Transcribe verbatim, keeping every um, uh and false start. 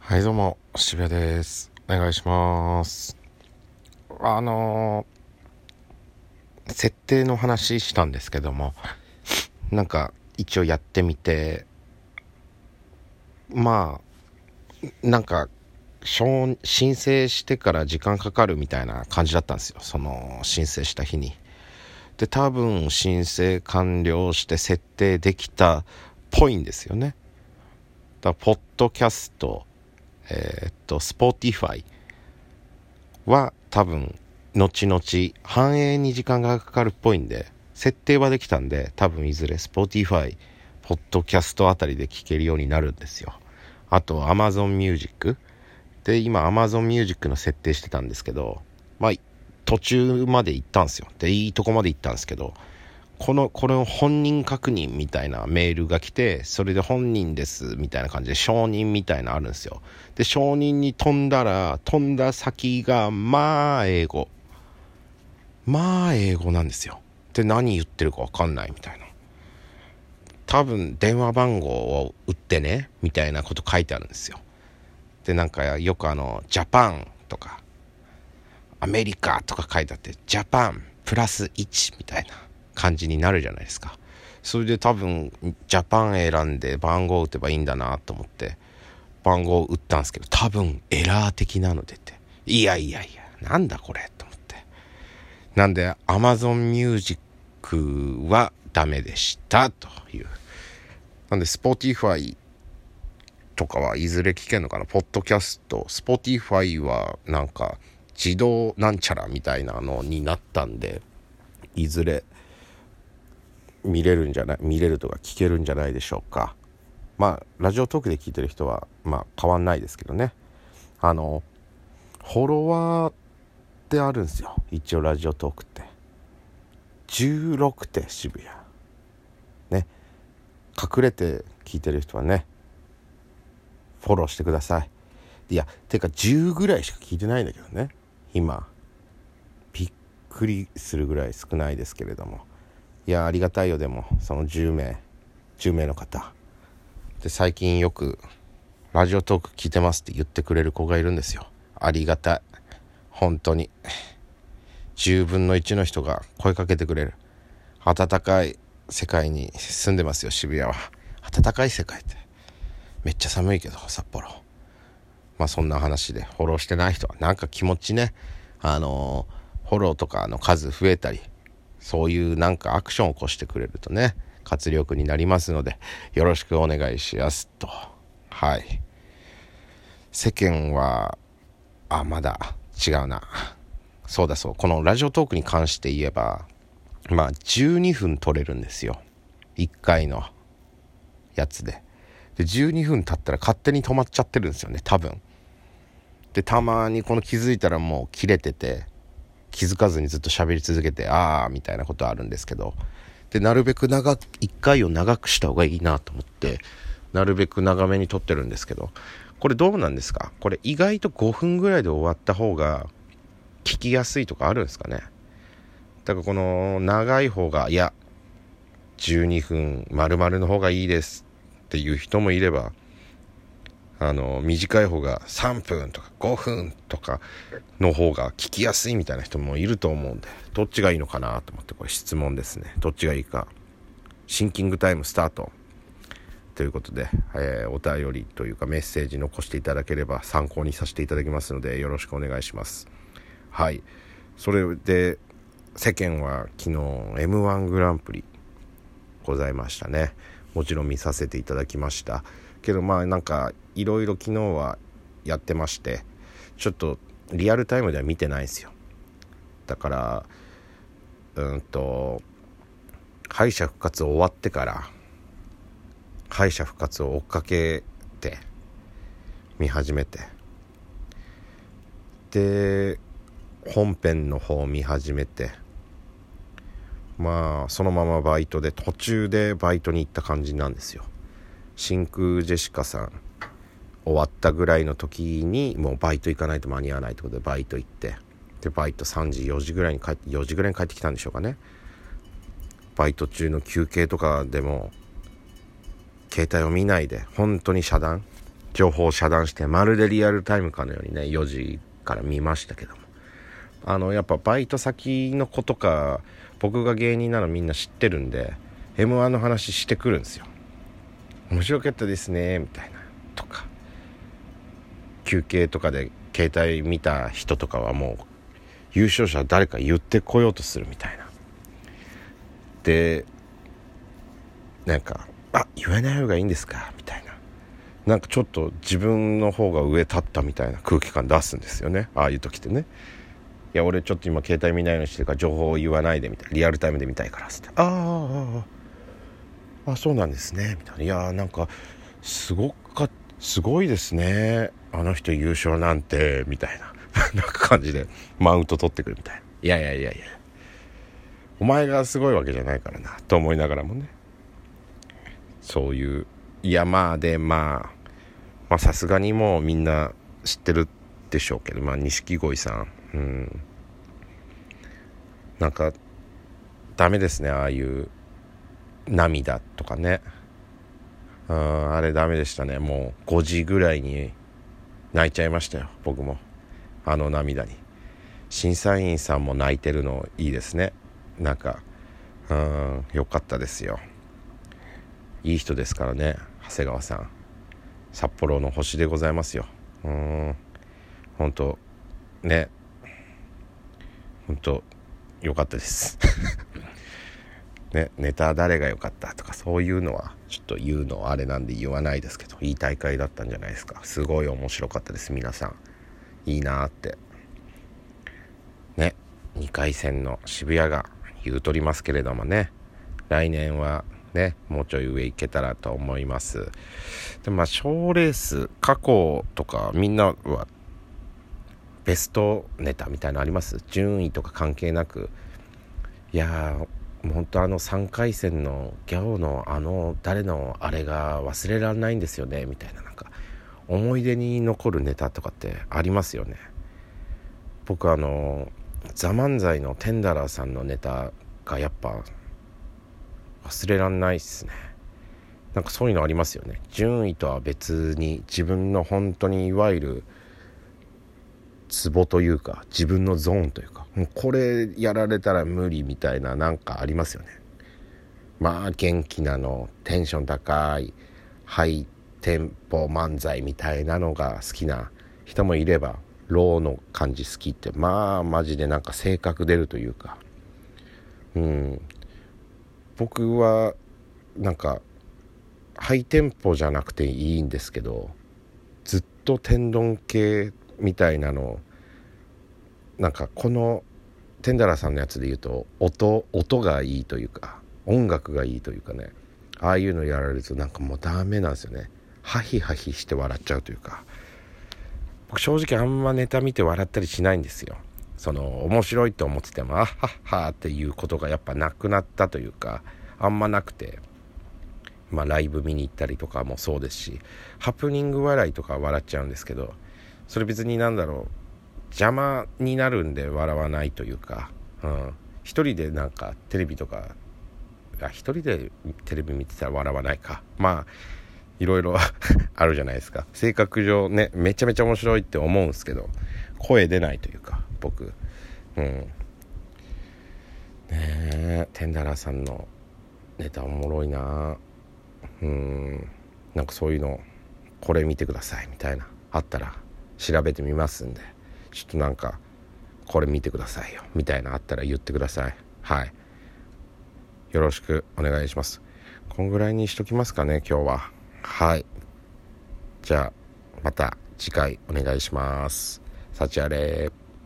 はい、どうも渋谷です。お願いします。あのー、設定の話したんですけども、なんか一応やってみて、まあなんか申請してから時間かかるみたいな感じだったんですよ。その申請した日に。で、多分申請完了して設定できたっぽいんですよね。だからポッドキャスト、えー、っと Spotify は多分後々反映に時間がかかるっぽいんで、設定はできたんで、多分いずれ Spotify ポッドキャストあたりで聞けるようになるんですよ。あと Amazon Music で、今 Amazon Music の設定してたんですけど、まあ途中まで行ったんですよ。で、いいとこまで行ったんですけど、このこれを本人確認みたいなメールが来て、それで本人ですみたいな感じで承認みたいなのあるんですよ。で、承認に飛んだら、飛んだ先がまあ英語まあ英語なんですよ。で、何言ってるか分かんないみたいな、多分電話番号を打ってねみたいなこと書いてあるんですよ。で、なんかよくあのジャパンとかアメリカとか書いてあって、ジャパンプラスいちみたいな感じになるじゃないですか。それで多分ジャパン選んで番号を打てばいいんだなと思って番号を打ったんですけど、多分エラー的なの出て、いやいやいやなんだこれと思って、なんで Amazon Music はダメでしたという。なんで Spotify とかはいずれ聞けるのかな。ポッドキャスト Spotify はなんか自動なんちゃらみたいなのになったんで、いずれ見れるんじゃない見れるとか聞けるんじゃないでしょうか。まあラジオトークで聞いてる人はまあ変わんないですけどね。あのフォロワーってあるんですよ、一応ラジオトークってじゅうろくて渋谷ね。隠れて聞いてる人はねフォローしてください。いやてかじゅうぐらいしか聞いてないんだけどね、今びっくりするぐらい少ないですけれども、いやありがたいよ。でもそのじゅうめいじゅうめいの方で、最近よくラジオトーク聞いてますって言ってくれる子がいるんですよ。ありがたい、本当にじゅうぶんのいちの人が声かけてくれる。暖かい世界に住んでますよ、渋谷は。暖かい世界ってめっちゃ寒いけど札幌。まあそんな話で、フォローしてない人はなんか気持ちね、あのー、フォローとかの数増えたり、そういうなんかアクションを起こしてくれるとね活力になりますので、よろしくお願いしますと。はい。世間はあまだ違うな。そうだそう、このラジオトークに関して言えば、まあじゅうにふん取れるんですよ、いっかいのやつで。でじゅうにふん経ったら勝手に止まっちゃってるんですよね、多分。でたまにこの気づいたらもう切れてて、気づかずにずっと喋り続けてあーみたいなことあるんですけど、でなるべく長いっかいを長くした方がいいなと思ってなるべく長めに撮ってるんですけど、これどうなんですか。これ意外とごふんぐらいで終わった方が聞きやすいとかあるんですかね。だからこの長い方が、いやじゅうにふん丸々の方がいいですっていう人もいれば、あの短い方がさんぷんとかごふんとかの方が聞きやすいみたいな人もいると思うんで、どっちがいいのかなと思って、これ質問ですね。どっちがいいか。シンキングタイムスタートということで、えー、お便りというかメッセージ残していただければ参考にさせていただきますので、よろしくお願いします。はい。それで世間は昨日 エムワン グランプリございましたね。もちろん見させていただきましたけど、まあなんかいろいろ昨日はやってまして、ちょっとリアルタイムでは見てないんですよ。だからうんと敗者復活終わってから敗者復活を追っかけて見始めて、で本編の方を見始めて、まあそのままバイトで、途中でバイトに行った感じなんですよ。真空ジェシカさん終わったぐらいの時にもうバイト行かないと間に合わないってことでバイト行って、でバイトさんじよじぐらいに帰ってよじぐらいに帰ってきたんでしょうかね。バイト中の休憩とかでも携帯を見ないで本当に遮断情報を遮断してまるでリアルタイムかのようにねよじから見ましたけども、あのやっぱバイト先の子とか僕が芸人なのみんな知ってるんで エムワン の話してくるんですよ。面白かったですねみたいなとか、休憩とかで携帯見た人とかはもう優勝者誰か言ってこようとするみたいなで、なんかあ言わない方がいいんですかみたいな、なんかちょっと自分の方が上立ったみたいな空気感出すんですよね、ああいう時ってね。いや俺ちょっと今携帯見ないようにしてるから情報を言わないでみたいな、リアルタイムで見たいからっつって、ああああそうなんですねみたいな、いやなんかすごかすごいですねあの人優勝なんてみたいななんか感じでマウント取ってくるみたいな、いやいやいやいやお前がすごいわけじゃないからなと思いながらもね、そういう、いやまあでまあまあさすがにもうみんな知ってるでしょうけど、まあ錦鯉さん、うん、なんかダメですねああいう涙とかね、うん、あれダメでしたね。もうごじぐらいに泣いちゃいましたよ僕も、あの涙に。審査員さんも泣いてるのいいですね。なんかうんよかったですよ。いい人ですからね長谷川さん、札幌の星でございますよ。うーん本当ね本当よかったですね、ネタ誰が良かったとかそういうのはちょっと言うのあれなんで言わないですけど、いい大会だったんじゃないですか。すごい面白かったです皆さん、いいなーってね。にかい戦の渋谷が言うとりますけれどもね、来年はねもうちょい上行けたらと思います。でまあ賞レース過去とかみんなはベストネタみたいなのあります？順位とか関係なく。いやーもう本当あのさんかい戦のギャオのあの誰のあれが忘れられないんですよねみたいな、なんか思い出に残るネタとかってありますよね。僕あのザ・漫才のテンダラーさんのネタがやっぱ忘れらんないっすね。なんかそういうのありますよね。順位とは別に自分の本当にいわゆるツボというか自分のゾーンというか、もうこれやられたら無理みたいななんかありますよね。まあ元気なのテンション高いハイテンポ漫才みたいなのが好きな人もいれば、ローの感じ好きってまあマジでなんか性格出るというか、うん僕はなんかハイテンポじゃなくていいんですけど、ずっと天丼系みたいなの、なんかこのテンダラーさんのやつで言うと音音がいいというか音楽がいいというかね、ああいうのやられるとなんかもうダメなんですよね。ハヒハヒして笑っちゃうというか、僕正直あんまネタ見て笑ったりしないんですよ。その面白いと思っててもあっはっはっていうことがやっぱなくなったというか、あんまなくて、まあライブ見に行ったりとかもそうですし、ハプニング笑いとか笑っちゃうんですけど、それ別になんだろう邪魔になるんで笑わないというか、うん、一人でなんかテレビとかあ一人でテレビ見てたら笑わないか、まあいろいろあるじゃないですか。性格上ねめちゃめちゃ面白いって思うんですけど声出ないというか僕、うんねえテンダラーさんのネタおもろいな。うんなんかそういうのこれ見てくださいみたいなあったら調べてみますんで、ちょっとなんかこれ見てくださいよみたいなあったら言ってください。はいよろしくお願いします。こんぐらいにしときますかね今日は。はいじゃあまた次回お願いします。幸あれ。